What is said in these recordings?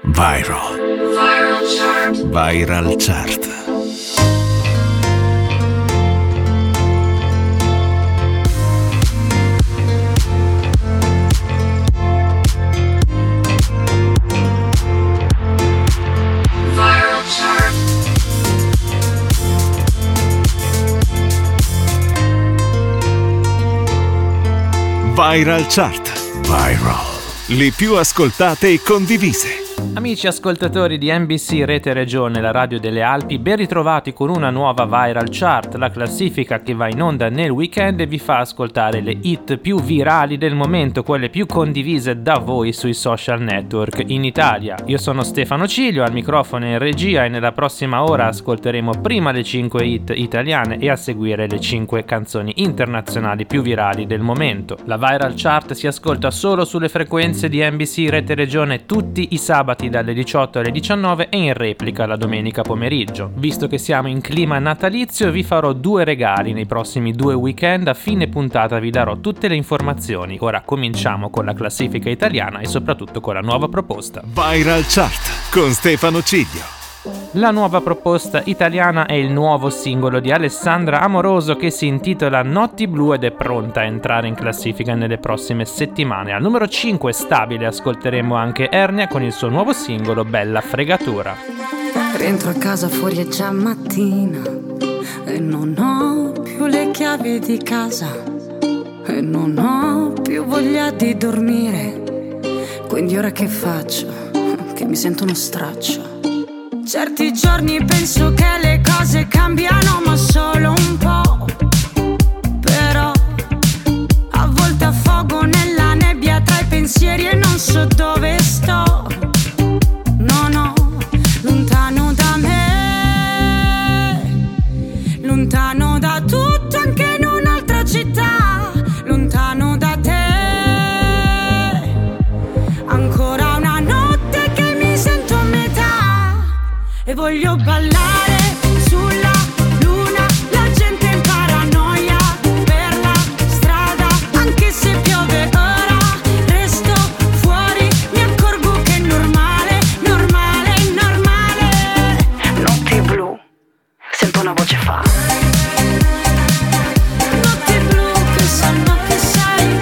Viral. Viral Chart. Viral Chart. Viral Chart. Viral. Le più ascoltate e condivise. Amici ascoltatori di NBC Rete Regione, la radio delle Alpi, ben ritrovati con una nuova Viral Chart, la classifica che va in onda nel weekend e vi fa ascoltare le hit più virali del momento, quelle più condivise da voi sui social network in Italia. Io sono Stefano Ciglio, al microfono in regia, e nella prossima ora ascolteremo prima le 5 hit italiane e a seguire le 5 canzoni internazionali più virali del momento. La Viral Chart si ascolta solo sulle frequenze di NBC Rete Regione tutti i sabati dalle 18 alle 19 e in replica la domenica pomeriggio. Visto che siamo in clima natalizio, vi farò 2 regali nei prossimi 2 weekend. A fine puntata vi darò tutte le informazioni. Ora cominciamo con la classifica italiana e soprattutto con la nuova proposta. Viral Chart con Stefano Ciglio. La nuova proposta italiana è il nuovo singolo di Alessandra Amoroso che si intitola Notti Blu ed è pronta a entrare in classifica nelle prossime settimane. Al numero 5 stabile ascolteremo anche Ernia con il suo nuovo singolo Bella Fregatura. Rientro a casa, fuori è già mattina e non ho più le chiavi di casa e non ho più voglia di dormire, quindi ora che faccio? Che mi sento uno straccio. Certi giorni penso che le cose cambiano, ma solo un po'. Però a volte affogo nella nebbia tra i pensieri e non so dove sto. No, no, lontano da me, lontano da tutto, anche in un'altra città, lontano da te. Ancora una notte che mi sento a metà e voglio ballare sulla luna, la gente in paranoia per la strada, anche se piove ora, resto fuori, mi accorgo che è normale, normale, normale. Notti blu, sento una voce fa. Notti blu che sanno che sei.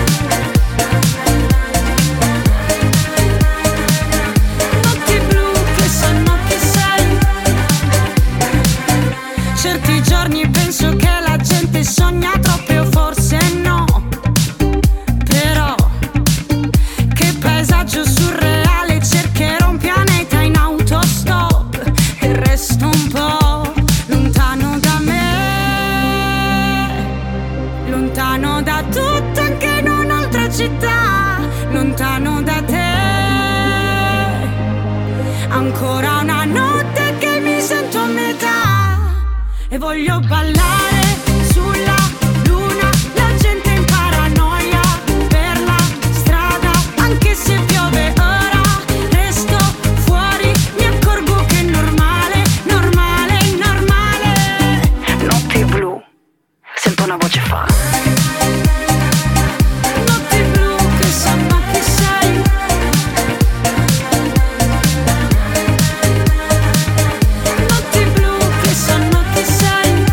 Notti blu che sanno che sei. Certi giorni penso che la gente sogna troppo, o forse no. Però che paesaggio surreale, cercherò un pianeta in autostop e resto un po' lontano da me, lontano da tutto, anche in un'altra città, lontano da te. Ancora una notte che mi sento a metà e voglio ballare sulla luna, la gente in paranoia per la strada, anche se piove ora, resto fuori, mi accorgo che è normale, normale, normale. Notti blu, sento una voce fa. Notti blu che sanno che sei. Notti blu che sanno che sei.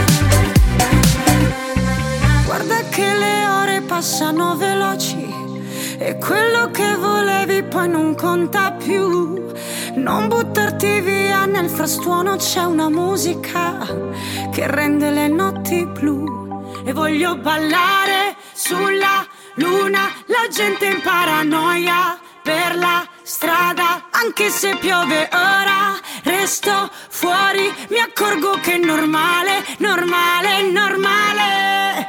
Guarda che le ore passano veloci e quello che volevi poi non conta più. Non buttarti via, nel frastuono c'è una musica che rende le notti blu. E voglio ballare sulla luna, la gente in paranoia per la strada, anche se piove ora, resto fuori, mi accorgo che è normale, normale, normale.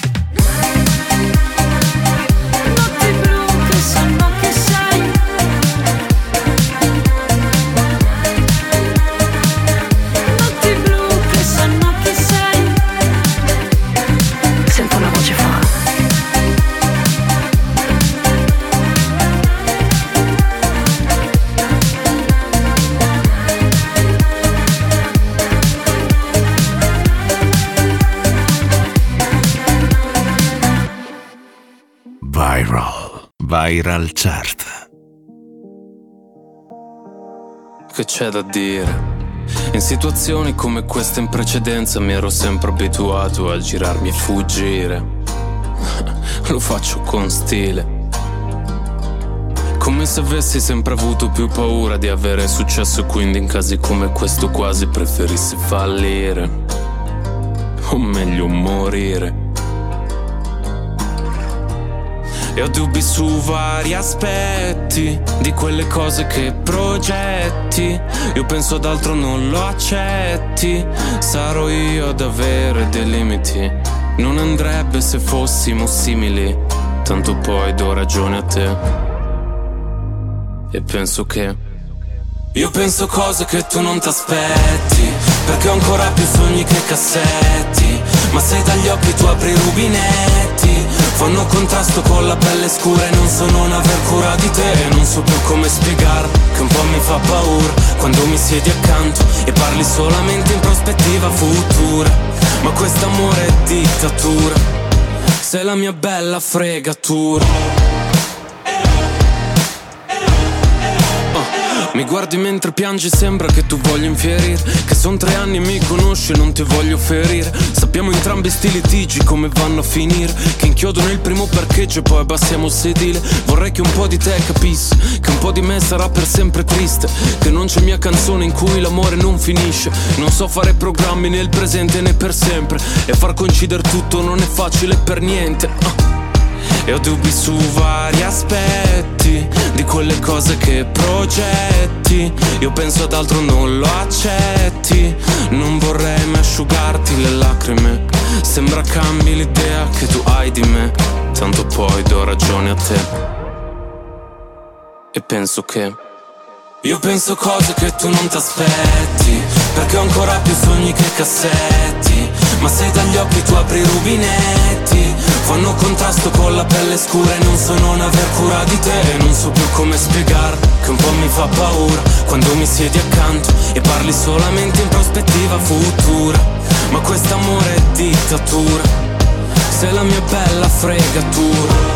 Notti blu che sanno che sei. Notti blu che sanno che sei. Sento una voce fa. Viral Chart. che c'è da dire? In situazioni come queste in precedenza mi ero sempre abituato a girarmi e fuggire. Lo faccio con stile, come se avessi sempre avuto più paura di avere successo, quindi in casi come questo quasi preferissi fallire, o meglio morire. E ho dubbi su vari aspetti di quelle cose che progetti. Io penso ad altro, non lo accetti. Sarò io ad avere dei limiti. Non andrebbe se fossimo simili. Tanto poi do ragione a te. E penso che io penso cose che tu non t'aspetti, perché ho ancora più sogni che cassetti. Ma se dagli occhi tu apri i rubinetti, fanno contrasto con la pelle scura e non so non aver cura di te. E non so più come spiegar che un po' mi fa paura quando mi siedi accanto e parli solamente in prospettiva futura. Ma quest'amore è dittatura, sei la mia bella fregatura. Mi guardi mentre piangi, sembra che tu voglia infierire, che son 3 anni e mi conosci e non ti voglio ferire. Sappiamo entrambi sti litigi come vanno a finire, che inchiodo nel primo parcheggio e poi abbassiamo il sedile. Vorrei che un po' di te capisse che un po' di me sarà per sempre triste, che non c'è mia canzone in cui l'amore non finisce. Non so fare programmi nel presente né per sempre, e far coincidere tutto non è facile per niente. E ho dubbi su vari aspetti di quelle cose che progetti. Io penso ad altro, non lo accetti. Non vorrei mai asciugarti le lacrime. Sembra cambi l'idea che tu hai di me. Tanto poi do ragione a te. E penso che io penso cose che tu non t'aspetti, perché ho ancora più sogni che cassetti. Ma se dagli occhi tu apri i rubinetti, fanno contrasto con la pelle scura e non so non aver cura di te. E non so più come spiegar che un po' mi fa paura quando mi siedi accanto e parli solamente in prospettiva futura. Ma quest'amore è dittatura, sei la mia bella fregatura.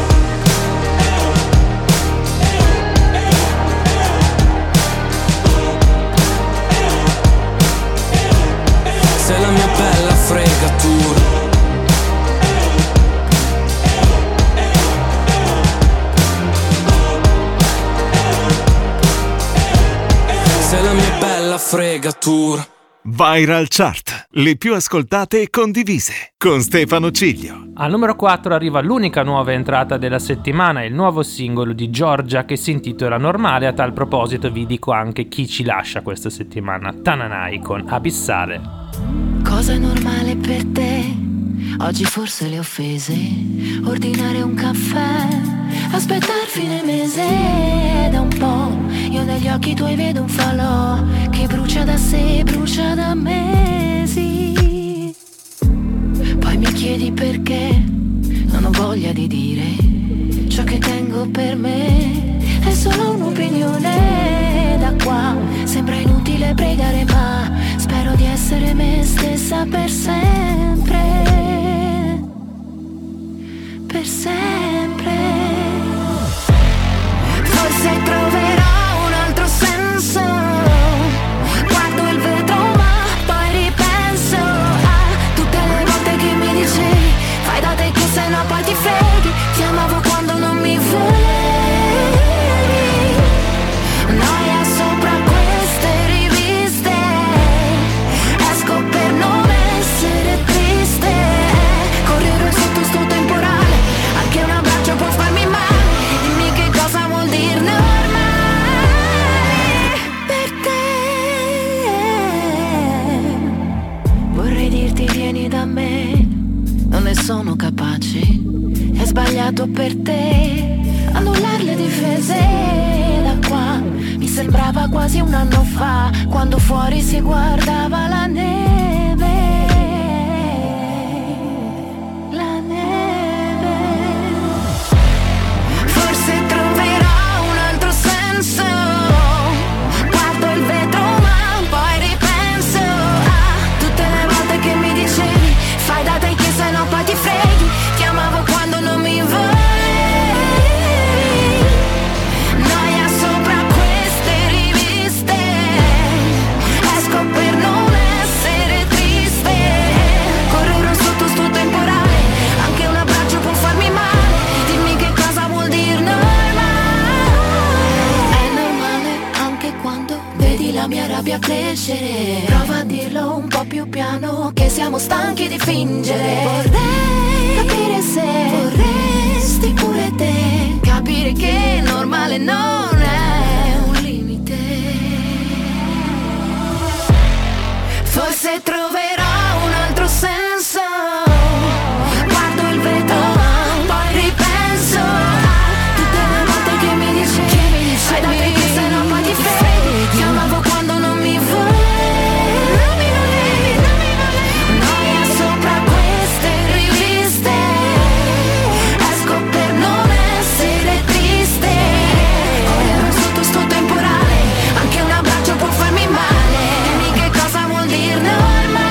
Sei la mia bella fregatura. Sei la mia bella fregatura. Viral Chart, le più ascoltate e condivise, con Stefano Ciglio. Al numero 4 arriva l'unica nuova entrata della settimana, il nuovo singolo di Giorgia che si intitola Normale. A tal proposito vi dico anche chi ci lascia questa settimana: Tananai con Abissale. Cosa è normale per te? Oggi forse le offese, ordinare un caffè, aspettare fine mese. Da un po' io negli occhi tuoi vedo un falò che brucia da sé, brucia da mesi. Poi mi chiedi perché non ho voglia di dire ciò che tengo per me. È solo un'opinione, da qua sembra inutile pregare, ma spero di essere me stessa per sempre. Per sempre. Forse troverò un altro senso. Guardo il vetro ma poi ripenso a tutte le volte che mi dicevi fai da te che se no poi ti freghi. Ti amavo quando non mi volevi. Noia sopra queste riviste, esco per non essere triste. Correre sotto sto temporale, anche un abbraccio può farmi male. Dimmi che cosa vuol dire normale per te. Vorrei dirti vieni da me, non ne sono capace. È sbagliato per te annullare le difese. Da qua mi sembrava quasi un anno fa, quando fuori si guardava la neve. La neve. Forse troverò un altro senso. Guardo il vetro ma poi ripenso a tutte le volte che mi dicevi fai da te che se no poi ti freghi. Ti amavo quando non mi volevi. Noia sopra queste riviste, la mia rabbia crescere. Prova a dirlo un po' più piano, che siamo stanchi di fingere. Vorrei capire se vorresti pure te, capire che normale non è un limite. Forse troverò un altro senso. Guardo il vetro, poi ripenso tutte le volte che mi dicevi fai da te che se no poi ti freghi. Ti amavo quando non mi volevi. Noia sopra queste riviste, esco per non essere triste. Ora sotto sto temporale, anche un abbraccio può farmi male. Dimmi che cosa vuol dire normale.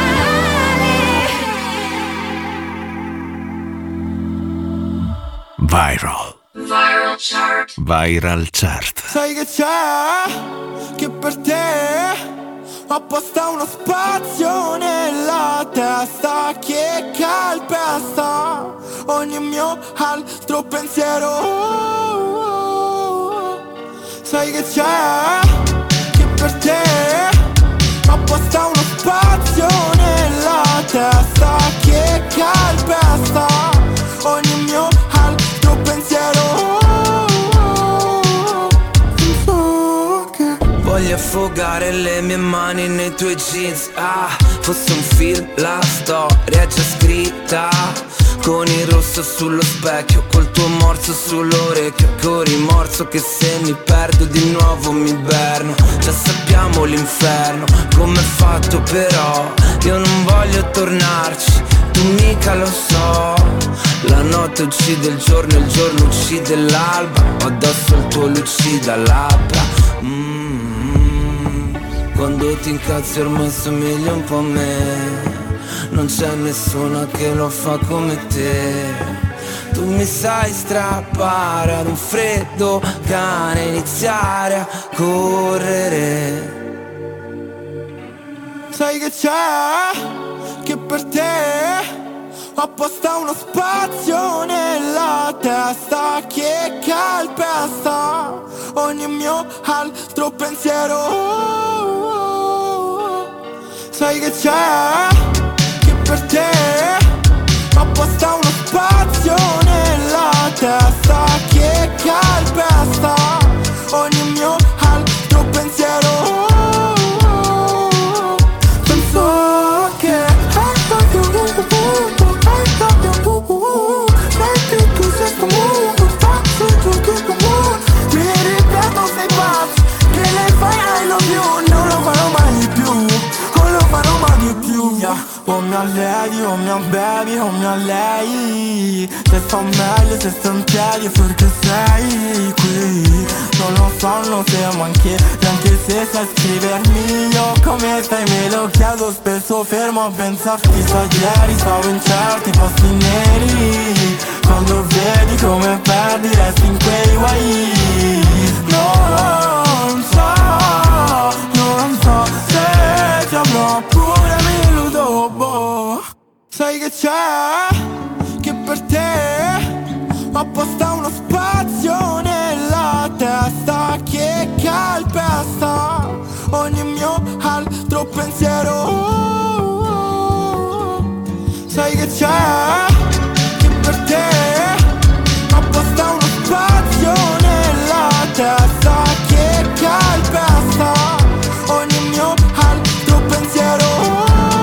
Viral Chart. Viral Chart. Sai che c'è? Che per te ho apposta uno spazio nella testa che calpesta ogni mio altro pensiero. Sai che c'è? Che per te ho apposta uno spazio nella testa che calpesta ogni mio altro pensiero. Voglio affogare le mie mani nei tuoi jeans. Ah, fosse un film, la storia è già scritta. Con il rosso sullo specchio, col tuo morso sull'orecchio. Con rimorso che se mi perdo di nuovo mi inverno. Già sappiamo l'inferno, com'è fatto però. Io non voglio tornarci, tu mica lo so. La notte uccide il giorno uccide l'alba. Ho addosso il tuo lucida labbra. Quando ti incazzi ormai somigli un po' a me. Non c'è nessuno che lo fa come te. Tu mi sai strappare ad un freddo cane, iniziare a correre. Sai che c'è? Che per te ho apposta uno spazio nella testa che calpesta ogni mio altro pensiero. Sai che c'è? Che per te ho apposta uno spazio nella testa che calpesta ogni mio altro pensiero. Penso che tu sei sto mondo, faccio giochi comuni. Mi ripeto sei pazzo, che lei fai I love you. Non lo farò mai più, non lo farò mai di più, yeah. O mia lady, o mia baby, o mia lei. Se sto meglio, se sto in piedi, perché sei qui. Non lo so, non siamo anche se sai scrivermi. Io come stai me lo chiedo spesso, fermo a pensarti. Sai ieri stavo in certi posti neri. Quando vedi come perdi resti in quei guai. Non so se ti avrò pure mi illudo, boh. Sai che c'è? Che per te ho apposta uno spazio nella testa che calpesta ogni mio altro pensiero. Sai che c'è? Che per te ho apposta uno spazio nella testa che calpesta ogni mio altro pensiero.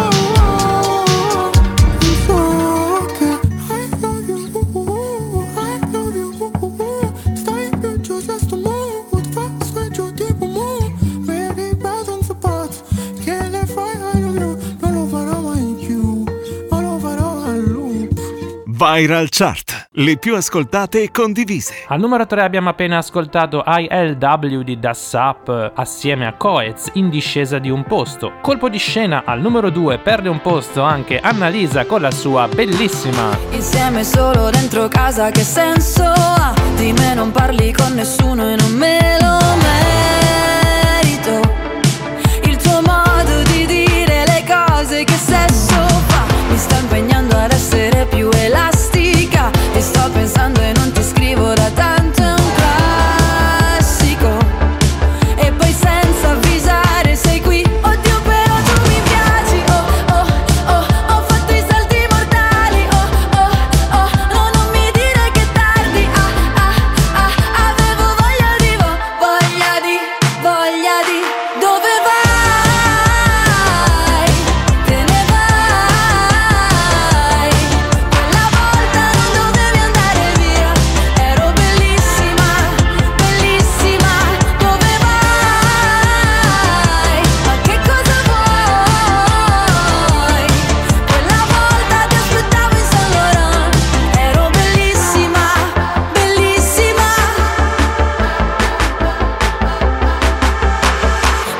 Viral Chart, le più ascoltate e condivise. Al numero 3 abbiamo appena ascoltato ILW di Das Up assieme a Coez, in discesa di un posto. Colpo di scena, al numero 2 perde un posto anche Annalisa con la sua Bellissima. Insieme solo dentro casa, che senso ha? Di me non parli con nessuno e non me lo merito. Il tuo modo di dire le cose, che sesso fa? Mi sta impegnando ad essere più elastica e sto pensando e non ti scrivo da tanto, è un classico. E poi senza avvisare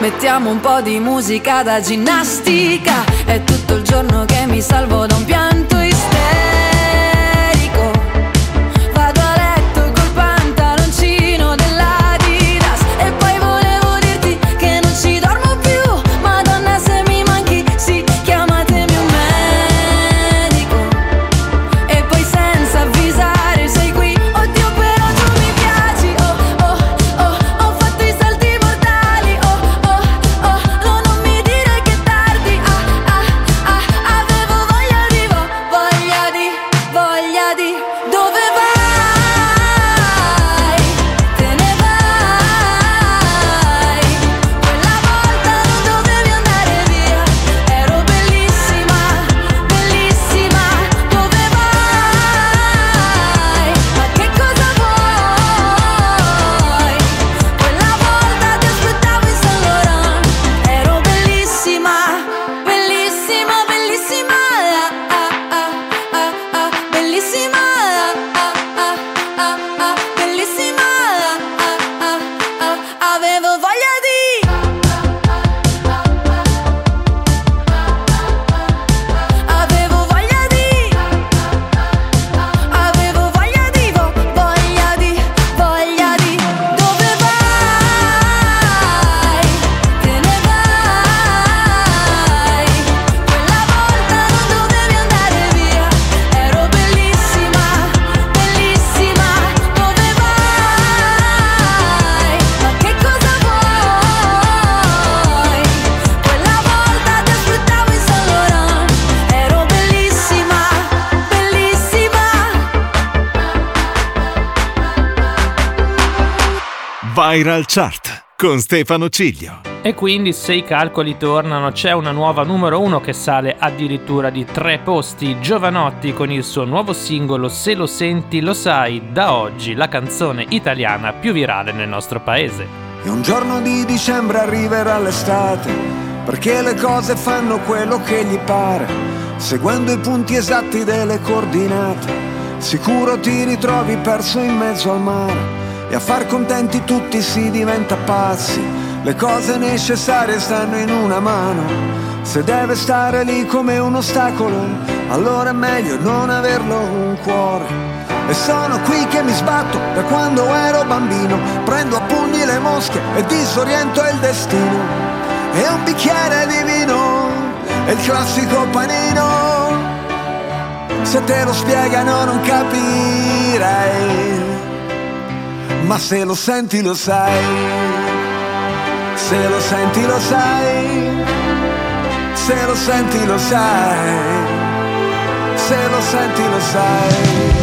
Mettiamo un po' di musica da ginnastica. È tutto il giorno che mi salvo da un pianto isterico. Vado a letto col pantaloncino dell'Adidas. E poi volevo dirti che non ci dormo più. Madonna, se mi manchi, sì, chiamatemi un medico. E poi senza avvisare sei qui. Oddio, però tu mi piaci. Oh, oh, oh, ho fatto i salti mortali. Oh, oh, oh, no, non mi dire che tardi. Ah, ah, ah, avevo voglia di, voglia di. Dove vai? Te ne vai. Quella volta non dovevi andare via. Ero bellissima, bellissima. Dove vai? Ma che cosa vuoi? Quella volta ti aspettavo in Saint Laurent. Ero bellissima, bellissima, bellissima. Ah, ah, ah, ah, bellissima. Ah, ah, ah, ah, bellissima. Ah, ah, ah, avevo voglia di. Avevo voglia di. Avevo voglia di. Voglia di. Dove vai? Te ne vai. Quella volta non dovevi andare via. Ero bellissima, bellissima. Dove vai? Ma che cosa vuoi? Quella volta ti aspettavo in Saint Laurent. Ero bellissima, bellissima. Viral Chart con Stefano Ciglio. E quindi, se i calcoli tornano, c'è una nuova numero 1 che sale addirittura di 3 posti. Giovanotti con il suo nuovo singolo Se lo senti lo sai, da oggi la canzone italiana più virale nel nostro paese. E un giorno di dicembre arriverà l'estate, perché le cose fanno quello che gli pare, seguendo i punti esatti delle coordinate. Sicuro ti ritrovi perso in mezzo al mare, e a far contenti tutti si diventa pazzi. Le cose necessarie stanno in una mano, se deve stare lì come un ostacolo, allora è meglio non averlo un cuore. E sono qui che mi sbatto da quando ero bambino, prendo a pugni le mosche e disoriento il destino. E un bicchiere di vino è il classico panino, se te lo spiegano non capirai, ma se lo senti lo sai. Se lo senti lo sai. Se lo senti lo sai. Se lo senti lo sai.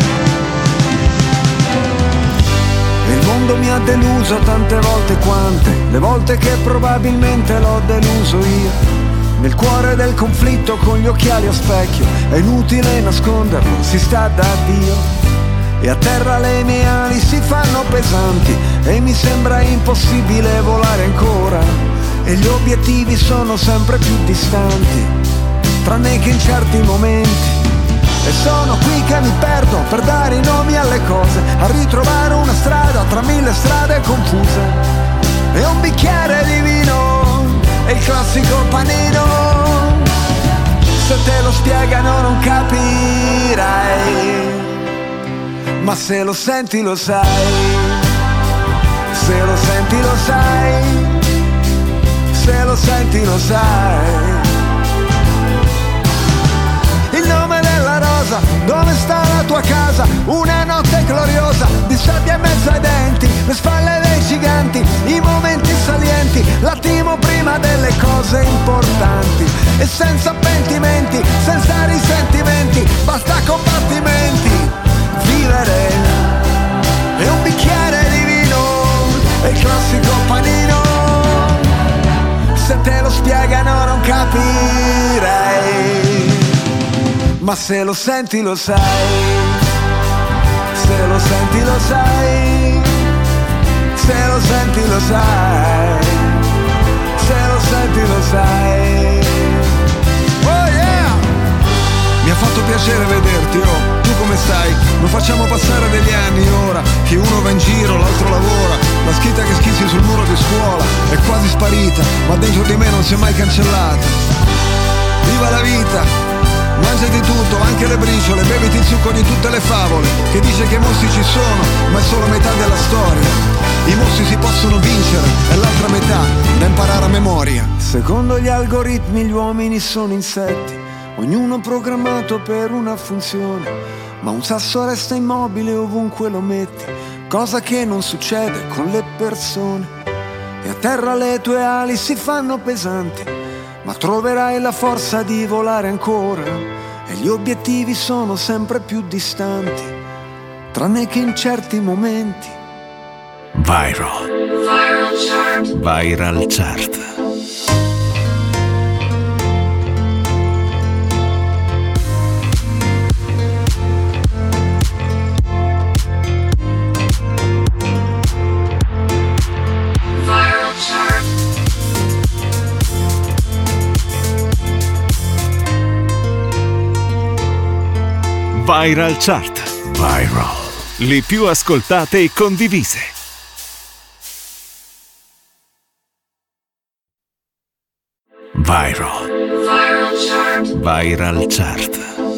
Il mondo mi ha deluso tante volte quante, le volte che probabilmente l'ho deluso io. Nel cuore del conflitto con gli occhiali a specchio, è inutile nasconderlo, si sta da Dio. E a terra le mie ali si fanno pesanti e mi sembra impossibile volare ancora. E gli obiettivi sono sempre più distanti, tranne che in certi momenti. E sono qui che mi perdo per dare i nomi alle cose, a ritrovare una strada tra mille strade confuse. E un bicchiere di vino è il classico panino, se te lo spiegano non capirai, ma se lo senti lo sai. Se lo senti lo sai. Se lo senti lo sai. Il nome della rosa, dove sta la tua casa? Una notte gloriosa di sabbia in mezzo ai denti, le spalle dei giganti, i momenti salienti, l'attimo prima delle cose importanti. E senza pentimenti, senza risentimenti, basta combattimenti. Vivere e un bicchiere di vino è il classico panino, se te lo spiegano non capirai, ma se lo senti lo sai. Se lo senti lo sai. Se lo senti lo sai. Se lo senti lo sai. Oh yeah! Mi ha fatto piacere vederti, oh. Tu come sai, non facciamo passare degli anni ora, che uno va in giro, l'altro lavora, la scritta che schizzi sul muro di scuola è quasi sparita, ma dentro di me non si è mai cancellata. Viva la vita, mangiati tutto, anche le briciole, beviti il succo di tutte le favole, che dice che i mostri ci sono, ma è solo metà della storia. I mostri si possono vincere, è l'altra metà da imparare a memoria. Secondo gli algoritmi gli uomini sono insetti, ognuno programmato per una funzione, ma un sasso resta immobile ovunque lo metti, cosa che non succede con le persone. E a terra le tue ali si fanno pesanti, ma troverai la forza di volare ancora, e gli obiettivi sono sempre più distanti, tranne che in certi momenti. Viral Chart. Viral Chart. Viral Chart. Viral. Le più ascoltate e condivise. Viral. Viral Chart. Viral Chart.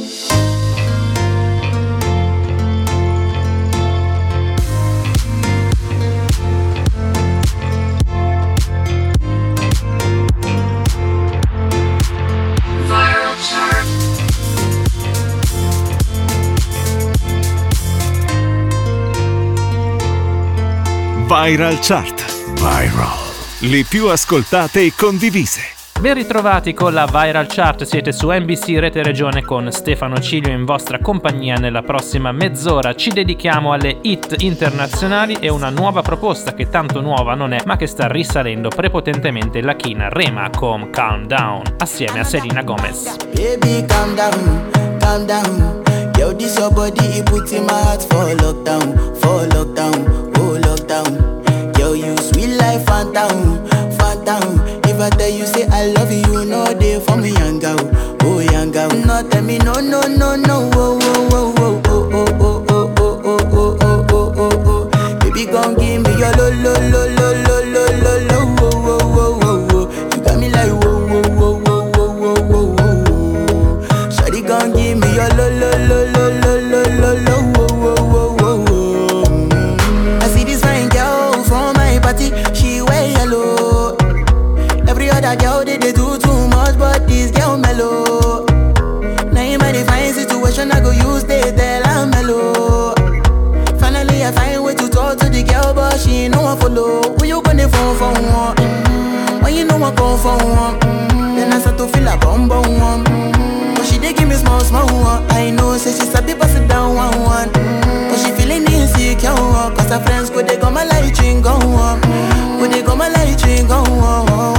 Viral Chart. Viral. Le più ascoltate e condivise. Ben ritrovati con la Viral Chart, siete su NBC Rete Regione con Stefano Cilio in vostra compagnia. Nella prossima mezz'ora ci dedichiamo alle hit internazionali e una nuova proposta che tanto nuova non è, ma che sta risalendo prepotentemente la china Rema con Calm Down, assieme a Selena Gomez. Baby, calm down, calm down. Yo, this your body, it puts in my heart for lockdown, oh lockdown. Yo, you sweet life, phantom, phantom. If I tell you say I love you, no day for me, young girl, oh young girl. No tell me no, no, no, no, oh, oh, oh, oh, oh, oh, oh, oh, oh, oh, oh, oh, oh, oh. Baby, gon' give me your lo, lo, lo, lo, lo, lo, lo, lo, oh, oh, oh, oh, oh. You got me like whoa, whoa, whoa, whoa, whoa, whoa, whoa, whoa. Shawty gon' give me your lo, lo, lo, lo, lo, lo, lo, lo, oh, oh, oh, oh, oh. I see this fine girl from my party, she wear yellow. Every other girl they do too much, but this girl mellow. Now in my divine situation, I go use they tell I'm mellow. Finally I find way to talk to the girl, but she ain't no one follow. When you gonna phone for one? When you know I call for one? Then I start to feel a bum bum one. But she dey give me small small one. I know say she sabi pass it down one one. But she feeling insecure, cause her friends go they go my light ring go on. Go they go my light ring go on.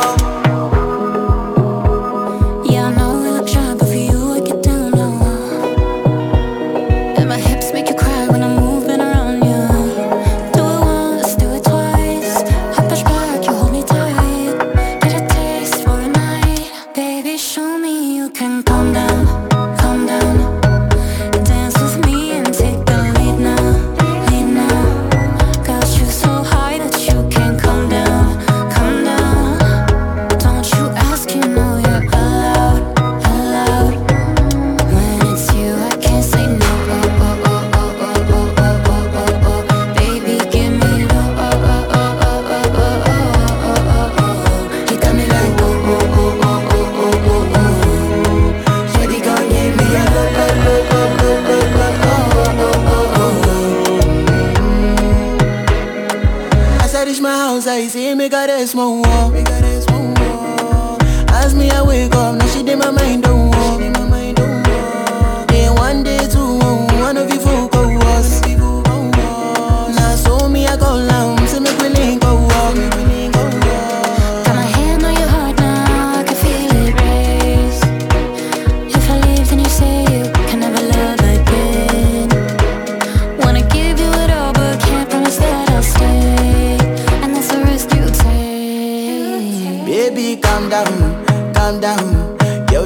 I say make her rest more. As me I wake up, now she did my mind don't walk. Day one, day two, one of you folk go us. Now so me I go down, say make we link go walk. Got my hand on your heart now, I can feel it race. If I leave then you say you can never love again. Wanna give you it all but can't promise that I'll stay. And that's the risk you take. Baby, calm down, calm down. Yo,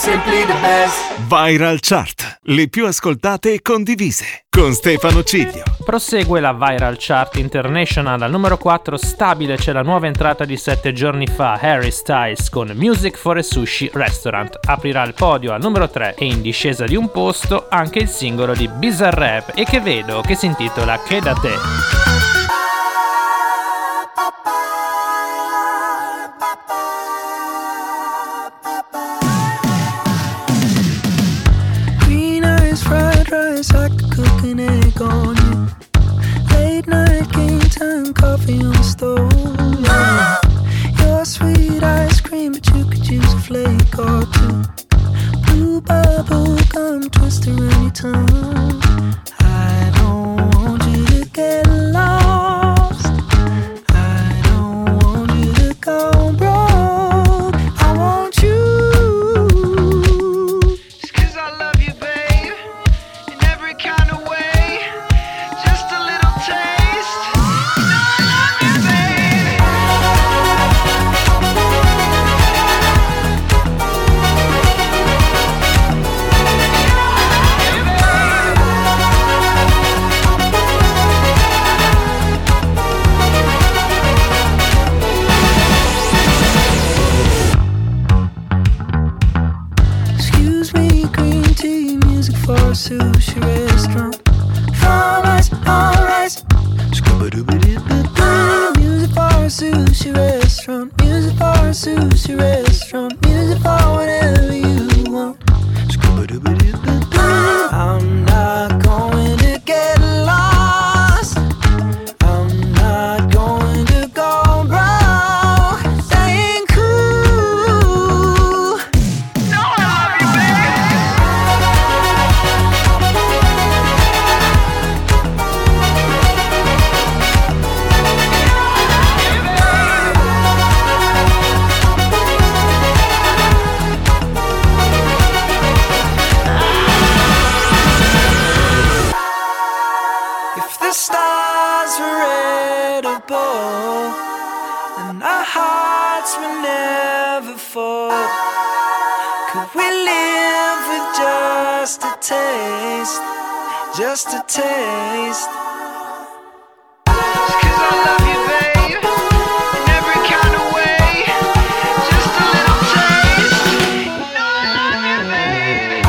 simply the best. Viral Chart, le più ascoltate e condivise, con Stefano Ciglio. Prosegue la Viral Chart International. Al numero 4 stabile c'è la nuova entrata di 7 giorni fa, Harry Styles con Music for a Sushi Restaurant. Aprirà il podio al numero 3 e in discesa di un posto anche il singolo di Bizarrap e che vedo che si intitola Quédate. I could cook an egg on you. Late night game time coffee on the stove. Yeah. Your sweet ice cream, but you could use a flake or two. Blue bubble gum twist around your tongue. I don't want you to get lost. I don't want you to go broke. I want you. Sushi restaurant, fried rice, all rice. Music for a sushi restaurant, music for a sushi restaurant, music for whatever you want. I'm not going to get lost. I'm not going to go broke. That ain't cool. No, I love you, baby. And our hearts will never fall. Could we live with just a taste? Just a taste. Just 'cause I love you, babe, in every kind of way. Just a little taste. You know I love you, baby.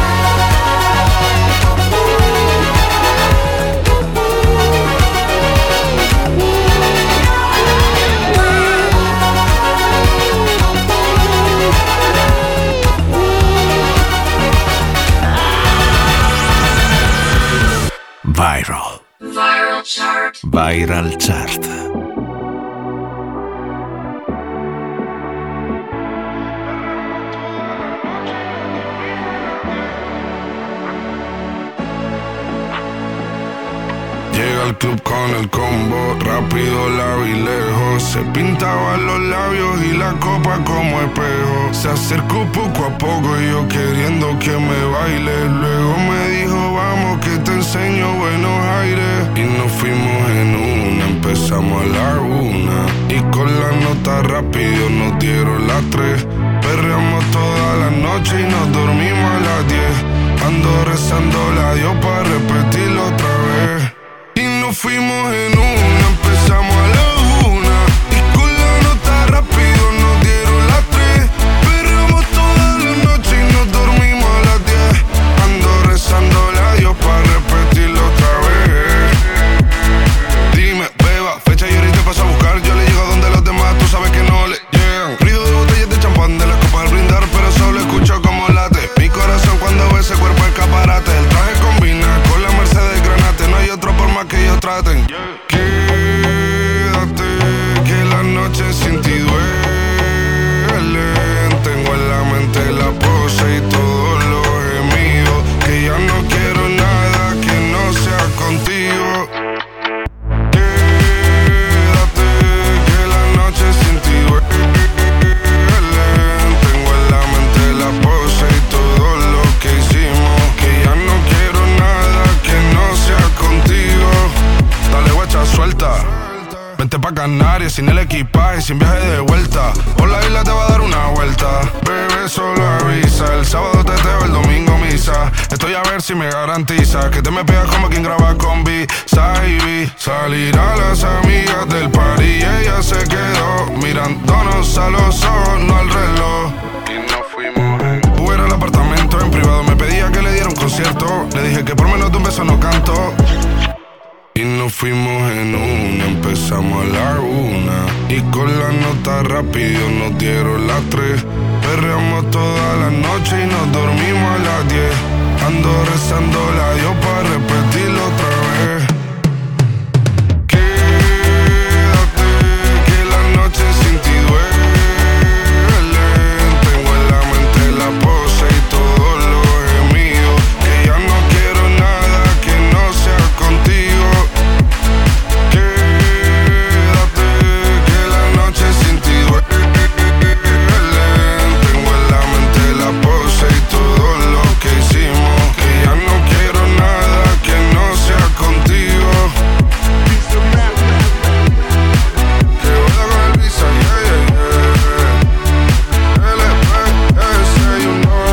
Viral Chart. Viral Chart. Llega al club con el combo, rápido la vi lejos. Se pintaba los labios y la copa como espejo. Se acercó poco a poco y yo queriendo que me baile. Luego me dijo vamos que te enseño buenos aires. Y nos fuimos en una, empezamos a la 1. Y con la nota rápido nos dieron las 3. Perreamos toda la noche y nos dormimos a las 10. Ando rezando la Dios para repetirlo otra vez. Nos fuimos en una, empezamos a la 1. Y con la nota rápido nos dieron las 3. Perreamos toda la noche y nos dormimos a las 10. Ando rezándole a Dios para repetirlo otra vez. Dime, beba, fecha y ahorita paso a buscar. Yo le llego donde los demás, tú sabes que no le llegan. Ruido de botellas de champán, de las copas al brindar, pero solo escucho como late mi corazón cuando ve ese cuerpo escaparate. El traje combina con la Mercedes Granate. No hay otro por más que ellos traten. Quédate, que la noche sin ti duele. Tengo en la mente la pose y todos los gemidos. Que ya no quiero nada que no sea contigo. Quédate, que la noche sin ti duele. Tengo en la mente la pose y todo lo que hicimos. Que ya no quiero nada que no sea contigo. Dale guacha, suelta. Vente pa' Canarias sin el equipaje, sin viaje de vuelta. Por la isla te va a dar una vuelta. Bebé, solo avisa. El sábado teteo, el domingo misa. Estoy a ver si me garantiza que te me pegas como quien graba con B-Side. Salir a las amigas del party y ella se quedó mirándonos a los ojos, no al reloj. Y nos fuimos en Uber al apartamento en privado. Me pedía que le diera un concierto. Le dije que por menos de un beso no canto. Y nos fuimos en una, empezamos a la 1. Y con la nota rápido nos dieron las 3. Perreamos toda la noche y nos dormimos a las 10. Ando rezando la Dios para repetirlo otra vez. Quédate, que la noche sin ti duele. Tengo en la mente la pose y todo lo gemido. Que ya no quiero nada que no sea contigo. Quédate, que la noche sin ti duele. Tengo en la mente la pose y todo lo que hicimos. Que ya no quiero nada que no sea contigo. Que vuela con el visa, yeah, yeah, yeah. LPS, you know.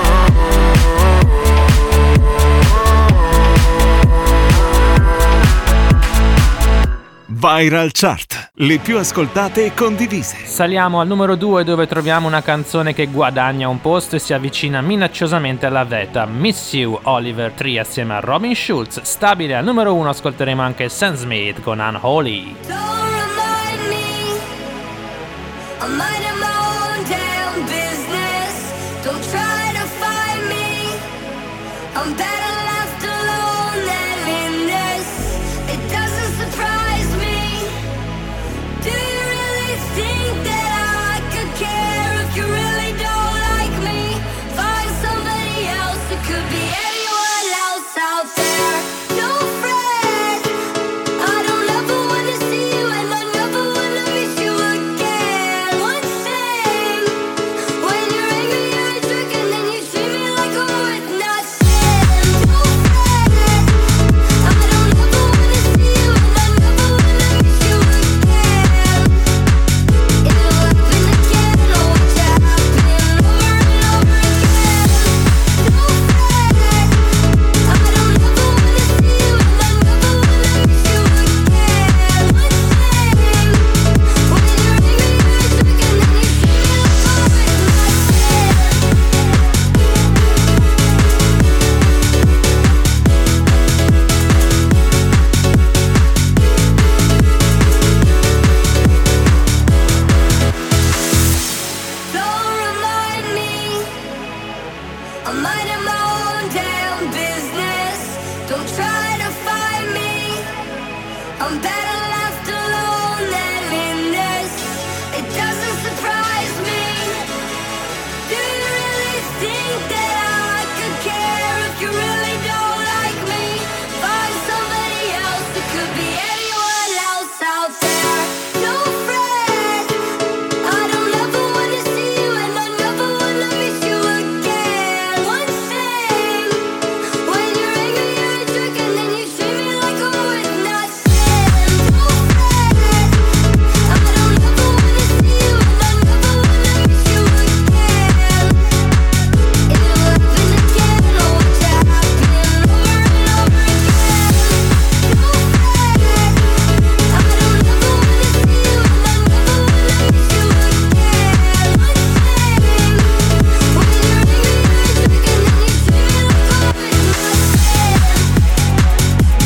Viral Chart, le più ascoltate e condivise. Saliamo al numero 2 dove troviamo una canzone che guadagna un posto e si avvicina minacciosamente alla vetta. Miss You, Oliver Tree assieme a Robin Schulz. Stabile al numero 1 ascolteremo anche Sam Smith con Unholy. Don't remind me, I'm minding my own damn business. Don't try to find me, I'm better left alone than in this. It doesn't surprise me. Do you really think that I could care if you really don't like me? Find somebody else, it could be anyone else out there. Don't fret, I don't ever wanna see you and I never wanna miss you again. One thing, when you're angry you're a jerk and then you treat me like I'm worth nothing. Don't fret, I don't ever wanna see you and I never wanna miss you again. It'll happen again, oh watch it happen over and over again. Don't fret, I don't ever wanna see you and I never wanna miss you again. One thing, when you're angry you're a jerk and then you treat me like I'm worth nothing. Don't remind me, I'm minding my own damn business. Don't try to find me, I'm better left alone than in this. It doesn't surprise me. Do you really think that I could care if you really don't like me? Find somebody else, it could be anyone else out there. Don't fret, I don't ever wanna see you and I never wanna miss you again. One thing, when you're angry you're a jerk and then you treat me like I'm worth nothing. Don't fret, I don't ever wanna see you and I never wanna miss you again. It'll happen again, oh watch it happen over and over again. Don't fret, I don't ever wanna see you and I never wanna miss you again. One thing, when you're angry you're a jerk and then you treat me like I'm worth nothing.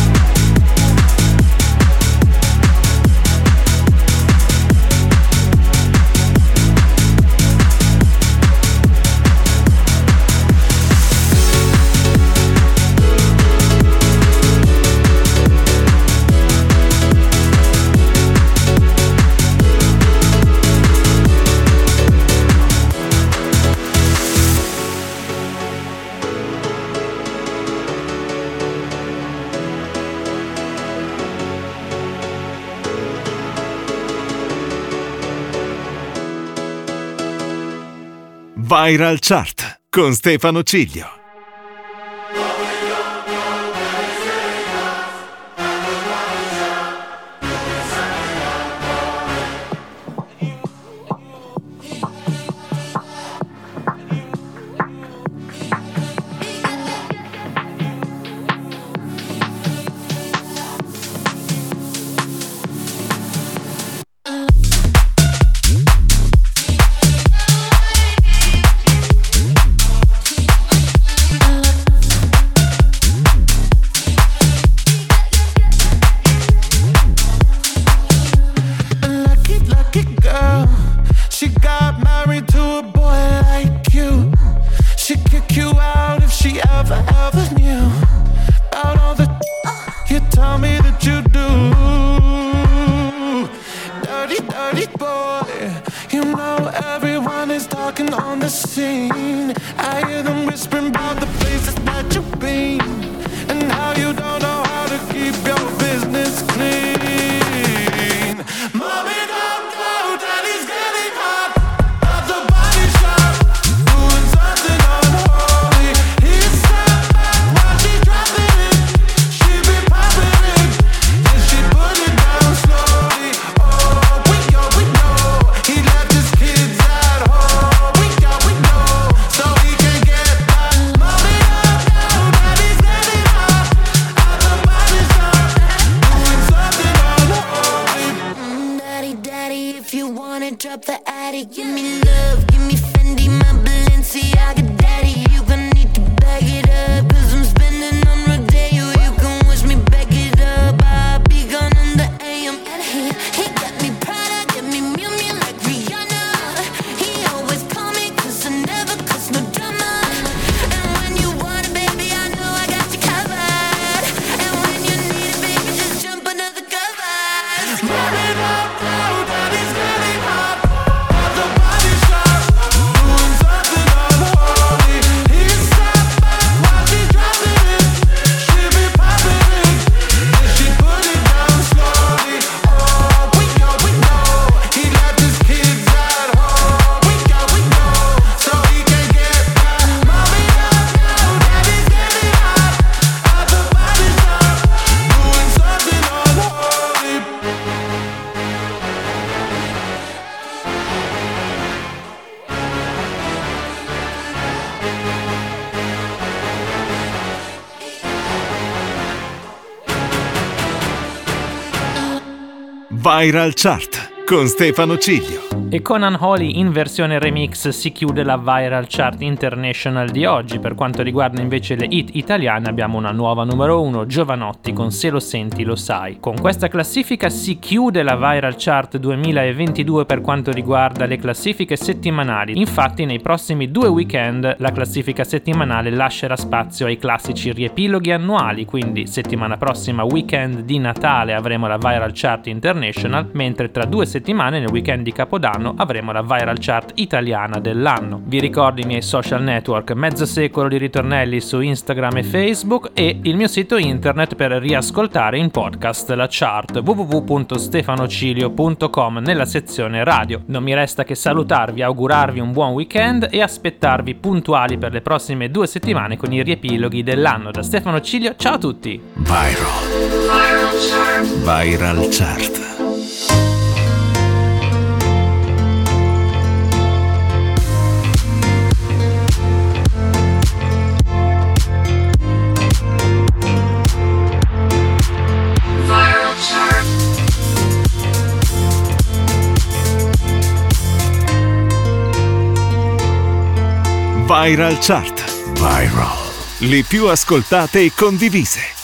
Viral Chart con Stefano Ciglio. routine. I hear them whispering about the places that you've been and how you don't know how to keep your business clean. Mommy, don't go, daddy's getting hot at the body shop, doing something unholy. He sat back while she dropping it. She be popping it, then she put it down slowly. Oh, we know, he left his kids at home. We know, so he can get back. Mommy, don't go, daddy's getting hot at the body shop, doing something unholy. Daddy, daddy, if you wanna drop the attic, give me love, give me Fendi, my Balenciaga. Daddy, you gonna need to bag it up, 'cause I'm spending on Rodeo. You can wish me back it up, I'll be gone in the AM. And he got me Prada, got me Miu Miu like Rihanna. He always call me 'cause I never cause no drama. And when you want it, baby, I know I got you covered. And when you need it, baby, just jump under the covers. Mommy, don't go, daddy's getting hot at the body shop, doing something unholy. He sat back while she dropping it. She be popping it, then she put it down slowly. Oh, we know, he left his kids at home. We know, so he can get back. Mommy, don't go, daddy's getting hot at the body shop, doing something unholy. Viral Chart con Stefano Ciglio. E con Unholy in versione remix si chiude la Viral Chart International di oggi. Per quanto riguarda invece le hit italiane abbiamo una nuova numero 1, Giovanotti con Se lo senti lo sai. Con questa classifica si chiude la Viral Chart 2022 per quanto riguarda le classifiche settimanali. Infatti nei prossimi 2 weekend la classifica settimanale lascerà spazio ai classici riepiloghi annuali, quindi settimana prossima weekend di Natale avremo la Viral Chart International, mentre tra 2 settimane nel weekend di Capodanno avremo la Viral Chart italiana dell'anno. Vi ricordo i miei social network, mezzo secolo di ritornelli su Instagram e Facebook, e il mio sito internet per riascoltare in podcast la chart, www.stefanocilio.com, nella sezione radio. Non mi resta che salutarvi, augurarvi un buon weekend e aspettarvi puntuali per le prossime 2 settimane con i riepiloghi dell'anno. Da Stefano Cilio, ciao a tutti! Viral Chart. Viral Chart. Viral. Le più ascoltate e condivise.